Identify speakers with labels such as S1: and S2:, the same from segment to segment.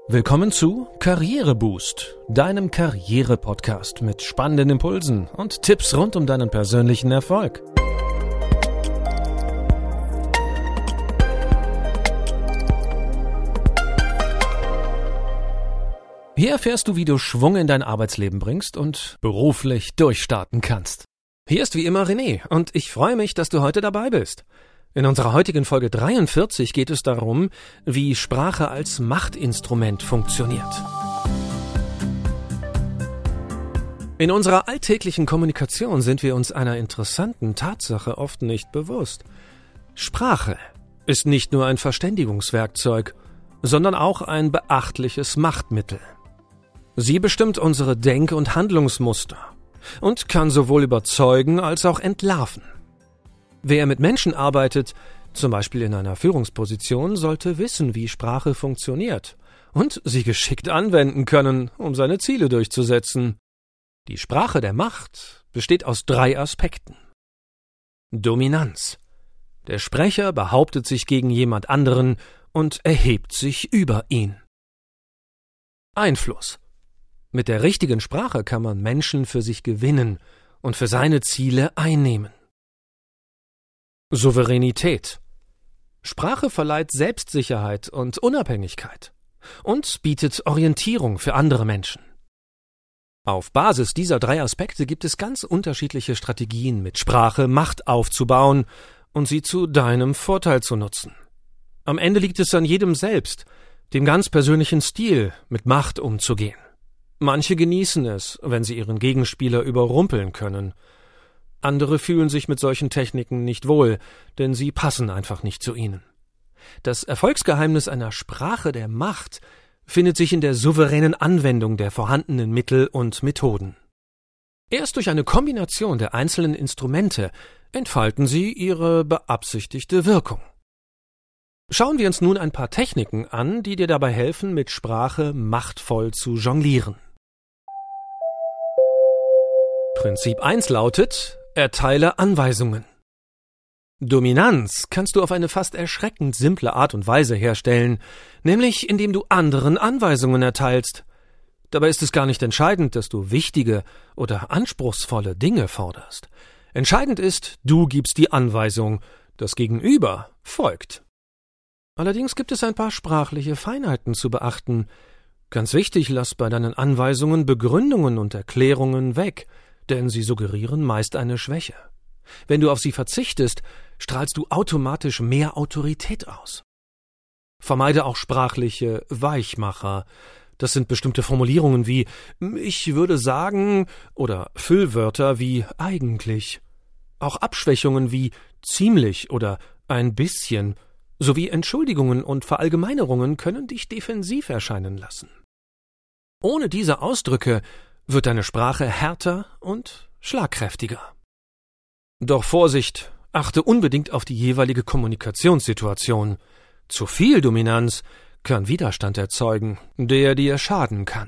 S1: Willkommen zu Karriereboost, deinem Karriere-Podcast mit spannenden Impulsen und Tipps rund um deinen persönlichen Erfolg. Hier erfährst du, wie du Schwung in dein Arbeitsleben bringst und beruflich durchstarten kannst. Hier ist wie immer René und ich freue mich, dass du heute dabei bist. In unserer heutigen Folge 43 geht es darum, wie Sprache als Machtinstrument funktioniert. In unserer alltäglichen Kommunikation sind wir uns einer interessanten Tatsache oft nicht bewusst. Sprache ist nicht nur ein Verständigungswerkzeug, sondern auch ein beachtliches Machtmittel. Sie bestimmt unsere Denk- und Handlungsmuster und kann sowohl überzeugen als auch entlarven. Wer mit Menschen arbeitet, zum Beispiel in einer Führungsposition, sollte wissen, wie Sprache funktioniert und sie geschickt anwenden können, um seine Ziele durchzusetzen. Die Sprache der Macht besteht aus 3 Aspekten. Dominanz. Der Sprecher behauptet sich gegen jemand anderen und erhebt sich über ihn. Einfluss. Mit der richtigen Sprache kann man Menschen für sich gewinnen und für seine Ziele einnehmen. Souveränität. Sprache verleiht Selbstsicherheit und Unabhängigkeit und bietet Orientierung für andere Menschen. Auf Basis dieser 3 Aspekte gibt es ganz unterschiedliche Strategien, mit Sprache Macht aufzubauen und sie zu deinem Vorteil zu nutzen. Am Ende liegt es an jedem selbst, dem ganz persönlichen Stil mit Macht umzugehen. Manche genießen es, wenn sie ihren Gegenspieler überrumpeln können. Andere fühlen sich mit solchen Techniken nicht wohl, denn sie passen einfach nicht zu ihnen. Das Erfolgsgeheimnis einer Sprache der Macht findet sich in der souveränen Anwendung der vorhandenen Mittel und Methoden. Erst durch eine Kombination der einzelnen Instrumente entfalten sie ihre beabsichtigte Wirkung. Schauen wir uns nun ein paar Techniken an, die dir dabei helfen, mit Sprache machtvoll zu jonglieren. Prinzip 1 lautet: Erteile Anweisungen. Dominanz kannst du auf eine fast erschreckend simple Art und Weise herstellen, nämlich indem du anderen Anweisungen erteilst. Dabei ist es gar nicht entscheidend, dass du wichtige oder anspruchsvolle Dinge forderst. Entscheidend ist, du gibst die Anweisung, das Gegenüber folgt. Allerdings gibt es ein paar sprachliche Feinheiten zu beachten. Ganz wichtig, lass bei deinen Anweisungen Begründungen und Erklärungen weg, denn sie suggerieren meist eine Schwäche. Wenn du auf sie verzichtest, strahlst du automatisch mehr Autorität aus. Vermeide auch sprachliche Weichmacher. Das sind bestimmte Formulierungen wie „ich würde sagen" oder Füllwörter wie „eigentlich". Auch Abschwächungen wie „ziemlich" oder „ein bisschen" sowie Entschuldigungen und Verallgemeinerungen können dich defensiv erscheinen lassen. Ohne diese Ausdrücke wird deine Sprache härter und schlagkräftiger. Doch Vorsicht, achte unbedingt auf die jeweilige Kommunikationssituation. Zu viel Dominanz kann Widerstand erzeugen, der dir schaden kann.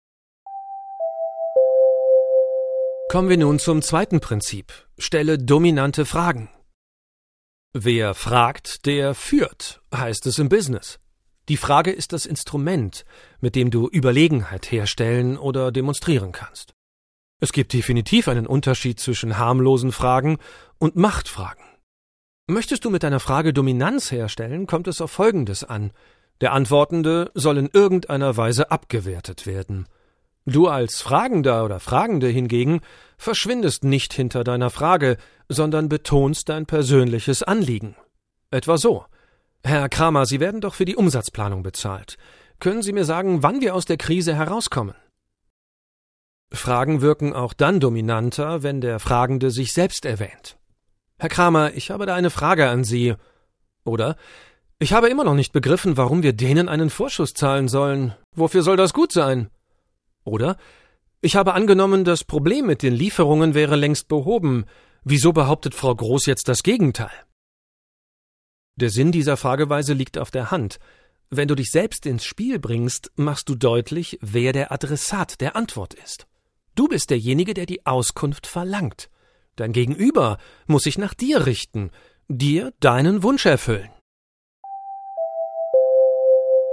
S1: Kommen wir nun zum 2. Prinzip. Stelle dominante Fragen. Wer fragt, der führt, heißt es im Business. Die Frage ist das Instrument, mit dem du Überlegenheit herstellen oder demonstrieren kannst. Es gibt definitiv einen Unterschied zwischen harmlosen Fragen und Machtfragen. Möchtest du mit deiner Frage Dominanz herstellen, kommt es auf Folgendes an: Der Antwortende soll in irgendeiner Weise abgewertet werden. Du als Fragender oder Fragende hingegen verschwindest nicht hinter deiner Frage, sondern betonst dein persönliches Anliegen. Etwa so: Herr Kramer, Sie werden doch für die Umsatzplanung bezahlt. Können Sie mir sagen, wann wir aus der Krise herauskommen? Fragen wirken auch dann dominanter, wenn der Fragende sich selbst erwähnt. Herr Kramer, ich habe da eine Frage an Sie. Oder: Ich habe immer noch nicht begriffen, warum wir denen einen Vorschuss zahlen sollen. Wofür soll das gut sein? Oder: Ich habe angenommen, das Problem mit den Lieferungen wäre längst behoben. Wieso behauptet Frau Groß jetzt das Gegenteil? Der Sinn dieser Frageweise liegt auf der Hand. Wenn du dich selbst ins Spiel bringst, machst du deutlich, wer der Adressat der Antwort ist. Du bist derjenige, der die Auskunft verlangt. Dein Gegenüber muss sich nach dir richten, dir deinen Wunsch erfüllen.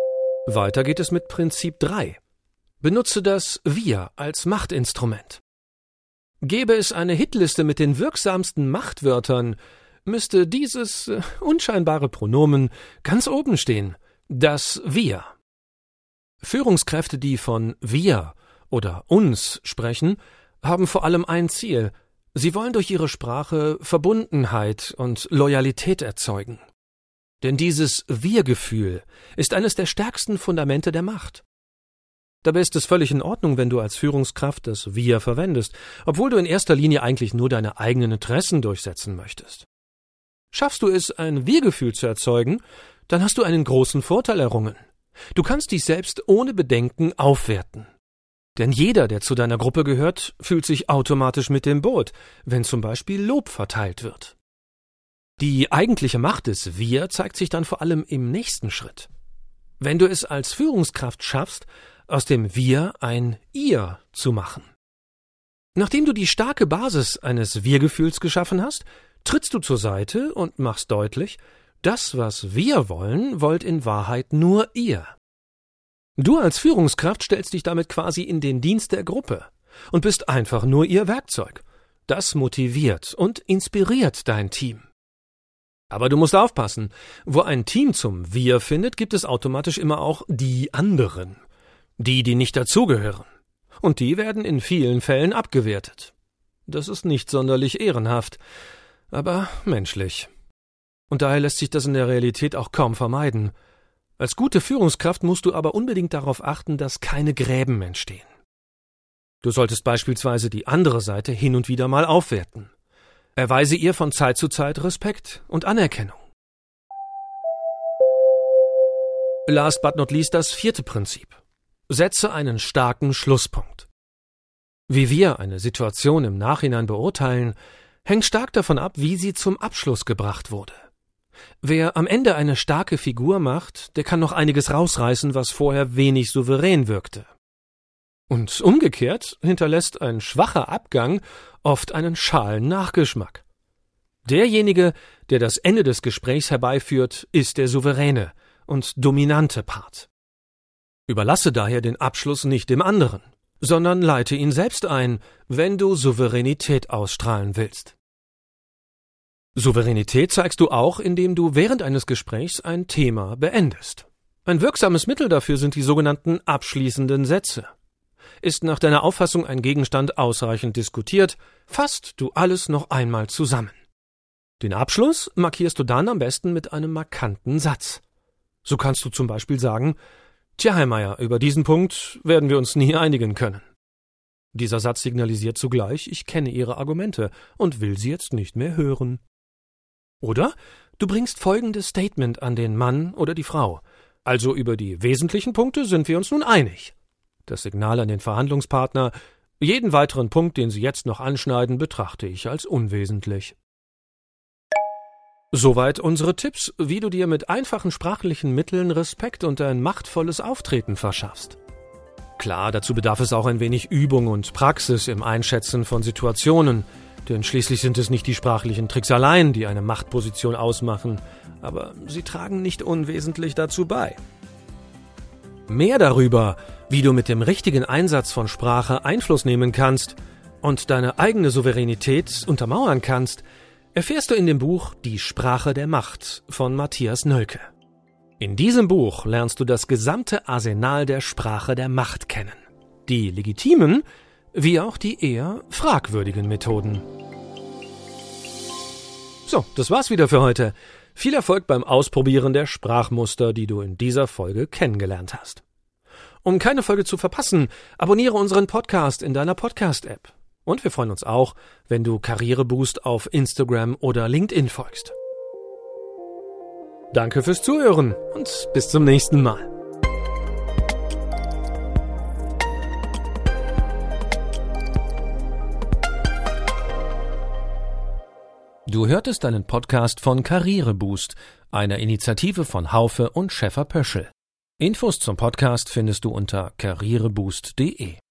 S1: Weiter geht es mit Prinzip 3. Benutze das Wir als Machtinstrument. Gäbe es eine Hitliste mit den wirksamsten Machtwörtern, müsste dieses unscheinbare Pronomen ganz oben stehen, das Wir. Führungskräfte, die von wir oder uns sprechen, haben vor allem ein Ziel. Sie wollen durch ihre Sprache Verbundenheit und Loyalität erzeugen. Denn dieses Wir-Gefühl ist eines der stärksten Fundamente der Macht. Dabei ist es völlig in Ordnung, wenn du als Führungskraft das Wir verwendest, obwohl du in erster Linie eigentlich nur deine eigenen Interessen durchsetzen möchtest. Schaffst du es, ein Wir-Gefühl zu erzeugen, dann hast du einen großen Vorteil errungen. Du kannst dich selbst ohne Bedenken aufwerten. Denn jeder, der zu deiner Gruppe gehört, fühlt sich automatisch mit dem Boot, wenn zum Beispiel Lob verteilt wird. Die eigentliche Macht des Wir zeigt sich dann vor allem im nächsten Schritt. Wenn du es als Führungskraft schaffst, aus dem Wir ein Ihr zu machen. Nachdem du die starke Basis eines Wir-Gefühls geschaffen hast, trittst du zur Seite und machst deutlich, das, was wir wollen, wollt in Wahrheit nur ihr. Du als Führungskraft stellst dich damit quasi in den Dienst der Gruppe und bist einfach nur ihr Werkzeug. Das motiviert und inspiriert dein Team. Aber du musst aufpassen, wo ein Team zum Wir findet, gibt es automatisch immer auch die anderen. Die nicht dazugehören. Und die werden in vielen Fällen abgewertet. Das ist nicht sonderlich ehrenhaft, aber menschlich. Und daher lässt sich das in der Realität auch kaum vermeiden. Als gute Führungskraft musst du aber unbedingt darauf achten, dass keine Gräben entstehen. Du solltest beispielsweise die andere Seite hin und wieder mal aufwerten. Erweise ihr von Zeit zu Zeit Respekt und Anerkennung. Last but not least das 4. Prinzip. Setze einen starken Schlusspunkt. Wie wir eine Situation im Nachhinein beurteilen, hängt stark davon ab, wie sie zum Abschluss gebracht wurde. Wer am Ende eine starke Figur macht, der kann noch einiges rausreißen, was vorher wenig souverän wirkte. Und umgekehrt hinterlässt ein schwacher Abgang oft einen schalen Nachgeschmack. Derjenige, der das Ende des Gesprächs herbeiführt, ist der souveräne und dominante Part. Überlasse daher den Abschluss nicht dem anderen, sondern leite ihn selbst ein, wenn du Souveränität ausstrahlen willst. Souveränität zeigst du auch, indem du während eines Gesprächs ein Thema beendest. Ein wirksames Mittel dafür sind die sogenannten abschließenden Sätze. Ist nach deiner Auffassung ein Gegenstand ausreichend diskutiert, fasst du alles noch einmal zusammen. Den Abschluss markierst du dann am besten mit einem markanten Satz. So kannst du zum Beispiel sagen: Tja, Herr Meier, über diesen Punkt werden wir uns nie einigen können. Dieser Satz signalisiert zugleich, ich kenne Ihre Argumente und will sie jetzt nicht mehr hören. Oder du bringst folgendes Statement an den Mann oder die Frau. Also über die wesentlichen Punkte sind wir uns nun einig. Das Signal an den Verhandlungspartner: jeden weiteren Punkt, den Sie jetzt noch anschneiden, betrachte ich als unwesentlich. Soweit unsere Tipps, wie du dir mit einfachen sprachlichen Mitteln Respekt und ein machtvolles Auftreten verschaffst. Klar, dazu bedarf es auch ein wenig Übung und Praxis im Einschätzen von Situationen, denn schließlich sind es nicht die sprachlichen Tricks allein, die eine Machtposition ausmachen, aber sie tragen nicht unwesentlich dazu bei. Mehr darüber, wie du mit dem richtigen Einsatz von Sprache Einfluss nehmen kannst und deine eigene Souveränität untermauern kannst, erfährst du in dem Buch Die Sprache der Macht von Matthias Nölke. In diesem Buch lernst du das gesamte Arsenal der Sprache der Macht kennen. Die legitimen, wie auch die eher fragwürdigen Methoden. So, das war's wieder für heute. Viel Erfolg beim Ausprobieren der Sprachmuster, die du in dieser Folge kennengelernt hast. Um keine Folge zu verpassen, abonniere unseren Podcast in deiner Podcast-App. Und wir freuen uns auch, wenn du Karriereboost auf Instagram oder LinkedIn folgst. Danke fürs Zuhören und bis zum nächsten Mal. Du hörtest einen Podcast von Karriereboost, einer Initiative von Haufe und Schäfer-Pöschel. Infos zum Podcast findest du unter karriereboost.de.